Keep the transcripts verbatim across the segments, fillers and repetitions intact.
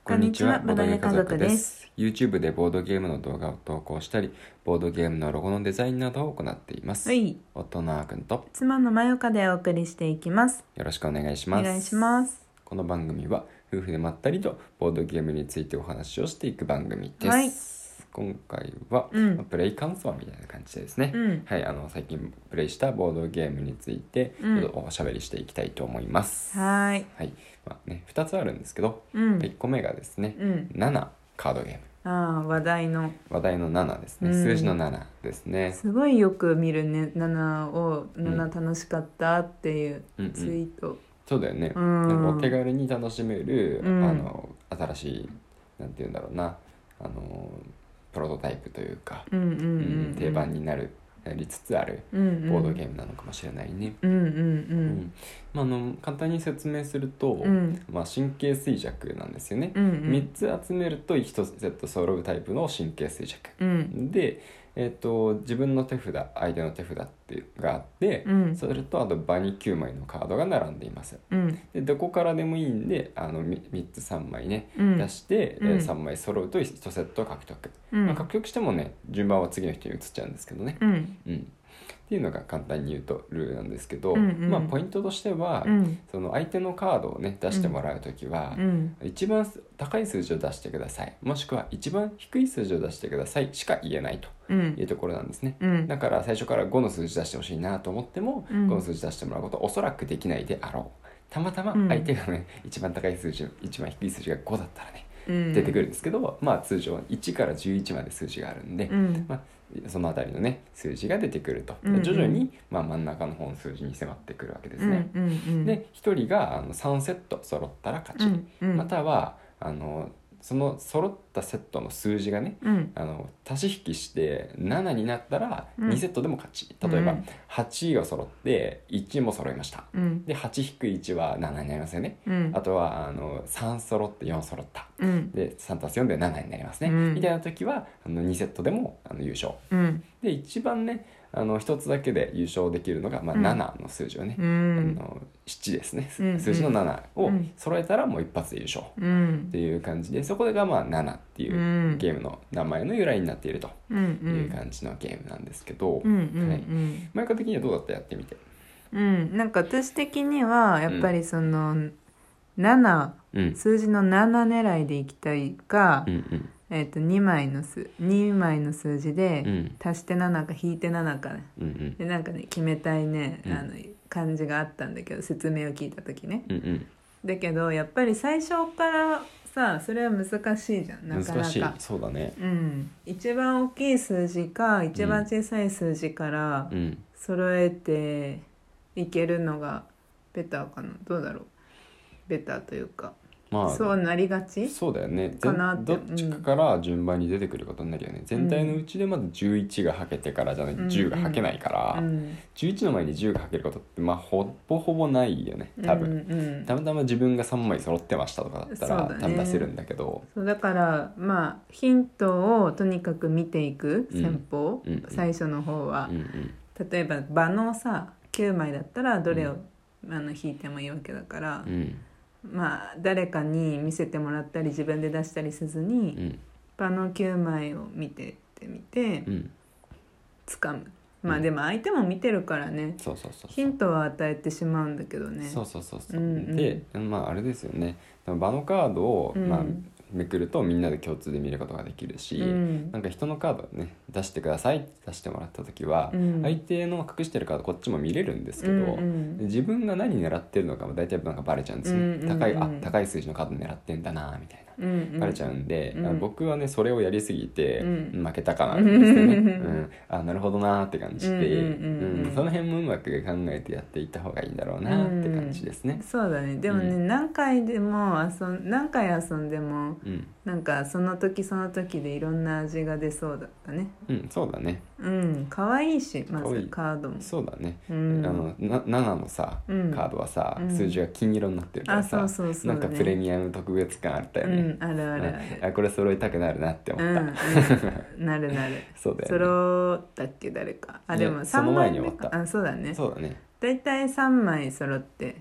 こんにちは、 ボードゲー家族です。 YouTube でボードゲームの動画を投稿したり、ボードゲームのロゴのデザインなどを行っています。 はい。 夫のあーくんと妻のまよかでお送りしていきます。 よろしくお願いします。 お願いします。 この番組は夫婦でまったりとボードゲームについてお話をしていく番組です。 はい、 今回は、 うんまあプレイ感想みたいな感じですね。 うんはい、あの最近プレイしたボードゲームについて、 うんちょっとおしゃべりしていきたいと思います。 はーい。 はい、まあね、ふたつあるんですけど、 うんいっこめがですね、 うんななカードゲーム。 ああ、話題の話題のななですね、 うん数字のななですね。 すごいよく見るね。ななをんなな楽しかったっていううんうんツイート。 そうだよね、 うんなんかお手軽に楽しめる、 うんあの新しいなんていうんだろうな、あのプロトタイプというか、 うんうんうん、 うん定番になるなりつつあるうんうんボードゲームなのかもしれないね。 うんうんううんんまあ、あの簡単に説明すると、 うんまあ、神経衰弱なんですよね。 うんうんみっつ集めるといちセット揃うタイプの神経衰弱、 うんで、えー、と自分の手札相手の手札っていうがあって、 うんそれとあと場にきゅうまいのカードが並んでいます。 うんでどこからでもいいんであの みっつさんまいね、 うん出して、 うんえーさんまい揃うといちセット獲得、 うんまあ、獲得してもね順番は次の人に移っちゃうんですけどね、 うんうんっていうのが簡単に言うとルールなんですけど、 うんうんまあ、ポイントとしては、 うんその相手のカードをね出してもらうときは、 うん一番高い数字を出してください、もしくは一番低い数字を出してくださいしか言えないとうんいうところなんですね。 うんだから最初からごの数字出してほしいなと思っても、 うんごの数字出してもらうことはおそらくできないであろう。たまたま相手がね、一番高い数字一番低い数字がごだったらねうん出てくるんですけど、まあ通常いちからじゅういちまで数字があるんで、 うんまあ、そのあたりのね数字が出てくると、 うんうん徐々に、まあ、真ん中の方の数字に迫ってくるわけですね。 うんうんうんでひとりがあのさんセット揃ったら勝ち、 うんうんまたはあのその揃ったセットの数字がねうんあの足し引きしてななになったらうんにセットでも勝ち、例えばうんはちが揃っていちも揃いました。 うんではち引くいちはななになりますよね。 うんあとはあのさん揃ってよん揃ったうんでさんたすよんでななになりますね、 うんみたいな時はあのにセットでもあの優勝うんで、一番ねあのひとつだけで優勝できるのが、まあ、 うんななの数字をね、 うあんのななですね、 うんうん数字のななをうん揃えたらもう一発で優勝うんっていう感じで、そこがまあななっていううんゲームの名前の由来になっているとうんういうん感じのゲームなんですけど、 うんうんはい、前川的にはどうだった？やってみて。 うんなんか私的にはやっぱりそのななうん数字のなな狙いでいきたいかうんうんえっとにまいの数にまいの数字でうん足してななか引いてななかねうんうんでなんかね決めたいねうんあの感じがあったんだけど説明を聞いた時ねうんうんだけどやっぱり最初からさそれは難しいじゃんなかなか難しい、そうだね。 うん、一番大きい数字か一番小さい数字からうん揃えていけるのがベターかなどうだろうベターというか、 まあそうなりがちそうだよね。 かなってどっちかから順番に出てくることになるよね。全体のうちでまずじゅういちがはけてからじゃないとじゅうがはけないから、 うんじゅういちの前にじゅうがはけることってまあほぼほぼないよね多分、 うんうんたまたま自分がさんまい揃ってましたとかだったら、 そうだね多分出せるんだけど、 そうだからまあヒントをとにかく見ていく戦法、 うんうん最初の方はうん、うん例えば場のさきゅうまいだったらどれを、あの引いてもいいわけだから、 うんまあ誰かに見せてもらったり自分で出したりせずに、 うん場のきゅうまいを見てってみてうん掴む、まあうんでも相手も見てるからねそうそうそうヒントは与えてしまうんだけどねそうそうそうそう、 うんうんでまああれですよね、場のカードを、 うんまあ、めくるとみんなで共通で見ることができるし、 うんなんか人のカードをね出してくださいって出してもらった時は、 うん相手の隠してるカードこっちも見れるんですけど、 うんうん自分が何狙ってるのかも大体なんかバレちゃうんですよね、 うんうんうん高いあ高い数字のカード狙ってんだなみたいなうんうんバレちゃうんで、 うんあ僕はねそれをやりすぎてうん負けたかなってですよね、 ううんん、あなるほどなーって感じで、 うんうんうんうんうんその辺もうまく考えてやっていった方がいいんだろうなって感じですね。 そうだねでもね、 う何回でも遊ん何回遊んでもうん、 なんかその時その時でいろんな味が出そうだったねうん、そうだね。 うん可愛いしまず可愛いカードもそうだね。 うんあのなななのさ、 うんカードはさ、 うん数字が金色になってるからさ、 あそうそうそうだねなんかプレミアム特別感あったよね。 うんあるあるあるあこれ揃いたくなるなって思うんった。 うん、なるなるそうだよね。 揃ったっけ誰かあいやでもその 3枚目前に終わったかあそうだねそうだね。 だいたいさんまい揃ってうん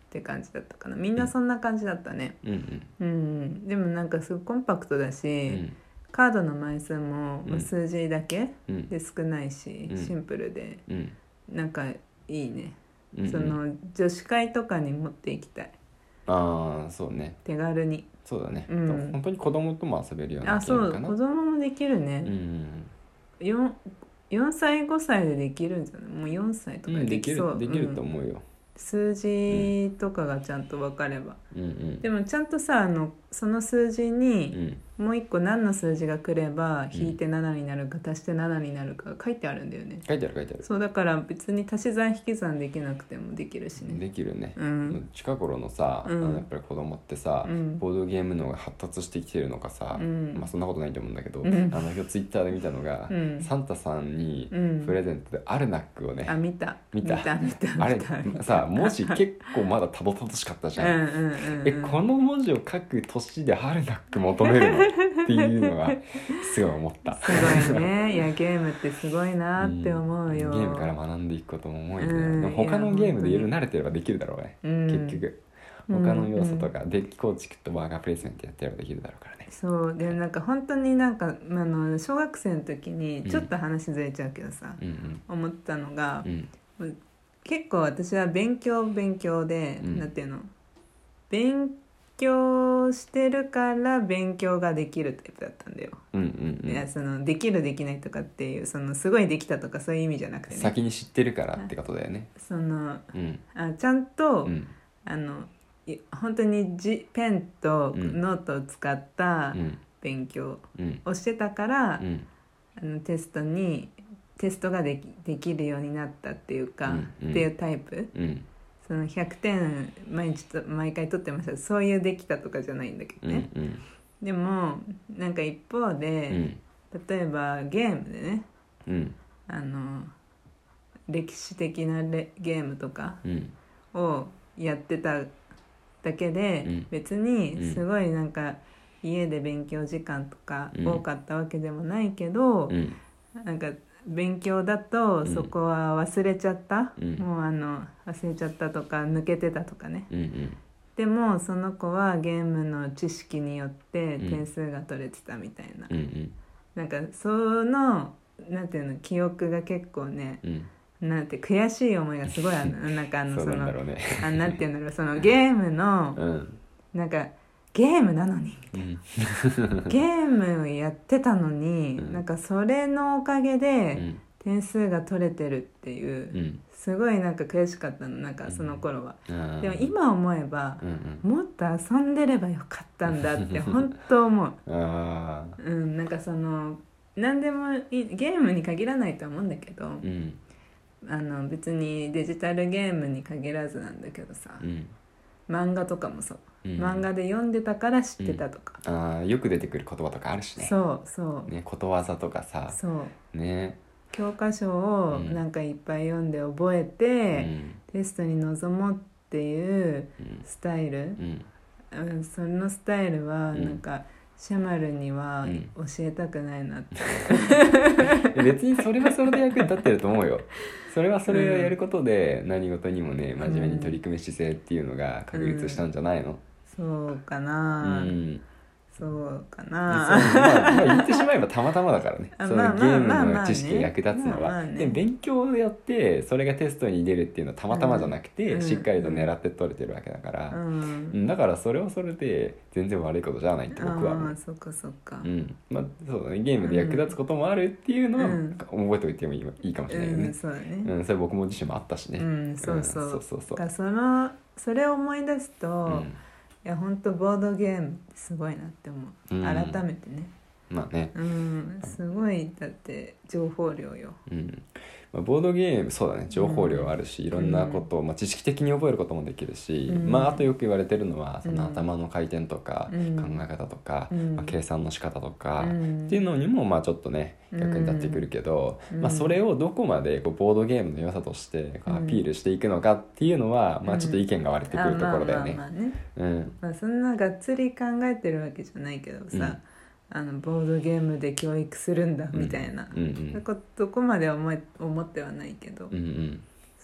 って感じだったかな。みんなそんな感じだったね。 うんうんうん、でもなんかすごいコンパクトだし、 うんカードの枚数もうん数字だけうんで少ないし、 うんシンプルでうんなんかいいね、 うんうんその女子会とかに持っていきたい、 ああそうね手軽に。 そうだね、 うん本当に子供とも遊べるようなあ、そう、 ゲームかな。 子供もできるうんうね。 ん 4, 4歳ごさいでできるんじゃない？もうよんさいとかでうん、できできそう、 るできるとうん、 思うよ。 数字とかがちゃんと分かれば。 うんうんでもちゃんとさ、あのその数字うにんもう一個何の数字が来れば引いてななになるか足してななになるか書いてあるんだよね。 書いてある書いてある。 そうだから別に足し算引き算できなくてもできるしね。 できるね。 うん近頃のさ、 うんあのやっぱり子供ってさ、 うんボードゲームのが発達してきてるのかさ、 うんまあそんなことないと思うんだけど、 うんあの今日ツイッターで見たのが、 うんサンタさんにうんプレゼントでアルナックをね、 あ、見た見た見た見たあれ見た見たさ文字結構まだたどたどしかったじゃん。 うんうんうんうんえこの文字を書く年でアルナック求めるのっていうのはすごい思った。 すごいね。いやゲームってすごいなって思うよ、 んゲームから学んでいくことも思いね、 うんでも他のゲームでいろいろいや慣れてればできるだろうね、 うん結局他の要素とか、デッキ構築とワーカープレイスメントやってればできるだろうからね。 そうでなんか本当になんかあの小学生の時にちょっと話ずれちゃうけどさ、 うん思ったのがう、ん結構私は勉強勉強で、 うんなんていうの、勉強してるから勉強ができるタイプだったんだよ、 うんうんうんいやそのできるできないとかっていうそのすごいできたとかそういう意味じゃなくてね、 先に知ってるからってことだよね。 そのうんあちゃんと、 うんあのい本当にじペンとうんノートを使ったうん勉強うんをしてたから、 うんあのテストにテストができ、できるようになったっていうか、 うんうんっていうタイプ、 うんそのひゃくてん毎日と毎回取ってましたそういうできたとかじゃないんだけどうんね、 うんでもなんか一方うで、 ん例えばゲームでね、 うんあの歴史的なレゲームとかうんをやってただけで、 うん別にすごいなんか家で勉強時間とかうん多かったわけでもないけど、 うんなんか勉強だとそこは忘れちゃった、 うんもうあの忘れちゃったとか抜けてたとかね、 うんうんでもその子はゲームの知識によってうん点数が取れてたみたいな、 うんうんなんかそのなんていうの記憶が結構ね、 うんなんて悔しい思いがすごいあるのなんかあのそうそのなんだろうね。 あなんていうんだろうそのゲームのうんなんかゲームなのにうんゲームやってたのに、 うんなんかそれのおかげうでん点数が取れてるっていう、 うんすごいなんか悔しかったのなんかその頃は、 あーでも今思えばうんもっと遊んでればよかったんだって本当思う、 うんああうん、なんかその何でもいいゲームに限らないと思うんだけど、 うんあの別にデジタルゲームに限らずなんだけどさ、 うん漫画とかもそう、 うん漫画で読んでたから知ってたとか、 ああよく出てくる言葉とかあるしね。 そうそう、 ねことわざとかさそうね教科書をうんなんかいっぱい読んで覚えうて、 んテストに臨もうっていううんスタイル、 うんうん、そのスタイルはうんなんか、シャマルにはうん教えたくないなって、 え別にそれはそれで役に立ってると思うよ。それはそれをやることで何事にもね真面目に取り組む姿勢っていうのが確立したんじゃないの？ そうかうな、 んそうかそうな、 まあ、まあ言ってしまえばたまたまだからねそのあまあゲームまあまあまあねの知識が役立つのは、 まあまあねで勉強をやってそれがテストに出るっていうのはたまたまじゃなくて、 うんしっかりと狙って取れてるわけだから、 うんうんだからそれはそれで全然悪いことじゃないって僕は思う。 ああそっかそっか、 うんまあそうだね、ゲームで役立つこともあるっていうのは、 うん覚えておいてもいいいいかもしれないよね、 うん、そうだね、 うんそれ僕も自身もあったしね、 うん、そうそう、 うんそうそうそうだからそのそれを思い出すと、 うんいや本当ボードゲームってすごいなって思う、 うん改めてね、 まあね、 うん、すごいだって情報量よ、 うんまあ、ボードゲームそうだね情報量あるし、いろんなことを、まあ、知識的に覚えることもできるし、 うんまあ、あとよく言われてるのはそのうん頭の回転とか、 うん考え方とか、 うんまあ、計算の仕方とか、 うんっていうのにもまあちょっとね役に立ってくるけど、 うんまあ、それをどこまでこうボードゲームの良さとしてこうアピールしていくのかっていうのは、まあ、ちょっと意見が割れてくるところだよね。 あまあまあまあね、 うんまあ、そんながっつり考えてるわけじゃないけどさ、あのボードゲームで教育するんだみたいな、 うんうんそこどこまで思い思ってはないけど、 うんうん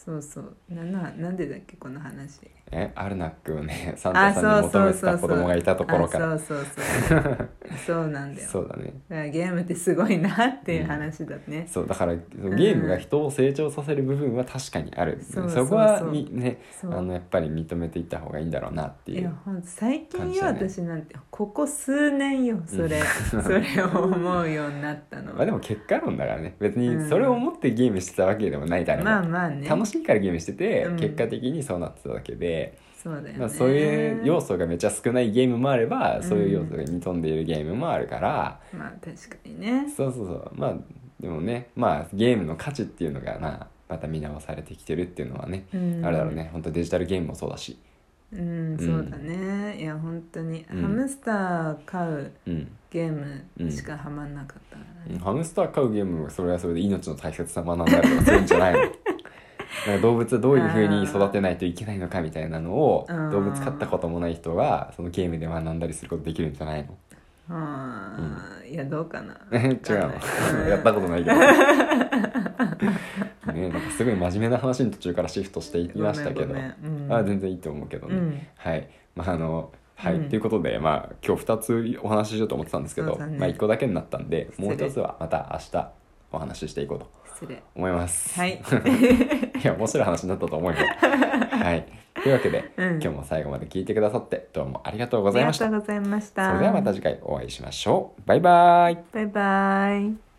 そうそうなななんでだっけこの話。 えアルナックをねサンタさんに求めてた子供がいたところからあそうそうそうそうなんだよ。 そうだね。 だからゲームってすごいなっていう話だね、 そうだからゲームが人を成長させる部分は確かにある、 そうそこはそうそうみねそうあのやっぱり認めていった方がいいんだろうなっていう。 いやほんと最近よ、 感じだね私なんてここ数年よそれ、それを思うようになったのまあでも結果論だからね、別にそれを思ってゲームしてたわけでもない誰も、 まあまあね楽しいからゲームしてて、 うん結果的にそうなってただけで、 そうだよね、 まあ、そういう要素がめっちゃ少ないゲームもあれば、そういう要素に富んでいるゲームもあるから、 まあ確かにねそうそうそうまあでもねまあゲームの価値っていうのがまあまた見直されてきてるっていうのはね、 うんあれだろうね。本当デジタルゲームもそうだし、 うんそうだね、いや本当に、 うんハムスター飼ううんゲームしかハマんなかったからね、 ハムスター飼うゲームもそれはそれで命の大切さ学んだりとかするんじゃないのなんか動物はどういう風に育てないといけないのかみたいなのをうん動物飼ったこともない人がそのゲームで学んだりすることできるんじゃないのあー、いやどうかな違うわかんないのやったことないけどねなんかすごい真面目な話に途中からシフトしていきましたけど、 ごめんごめんうんあ全然いいと思うけどね、 うんはいまああのはい、 うんということで、まあ、今日ふたつお話ししようと思ってたんですけど、 そうだねまあ、いっこだけになったんでもう失礼一つはまた明日お話ししていこうと失礼思います。 はいいや面白い話になったと思うよ。はいというわけで、 うん今日も最後まで聞いてくださってどうもありがとうごありがざいました。 とうございましたそれではまた次回お会いしましょう。バイバイ。 バイバイ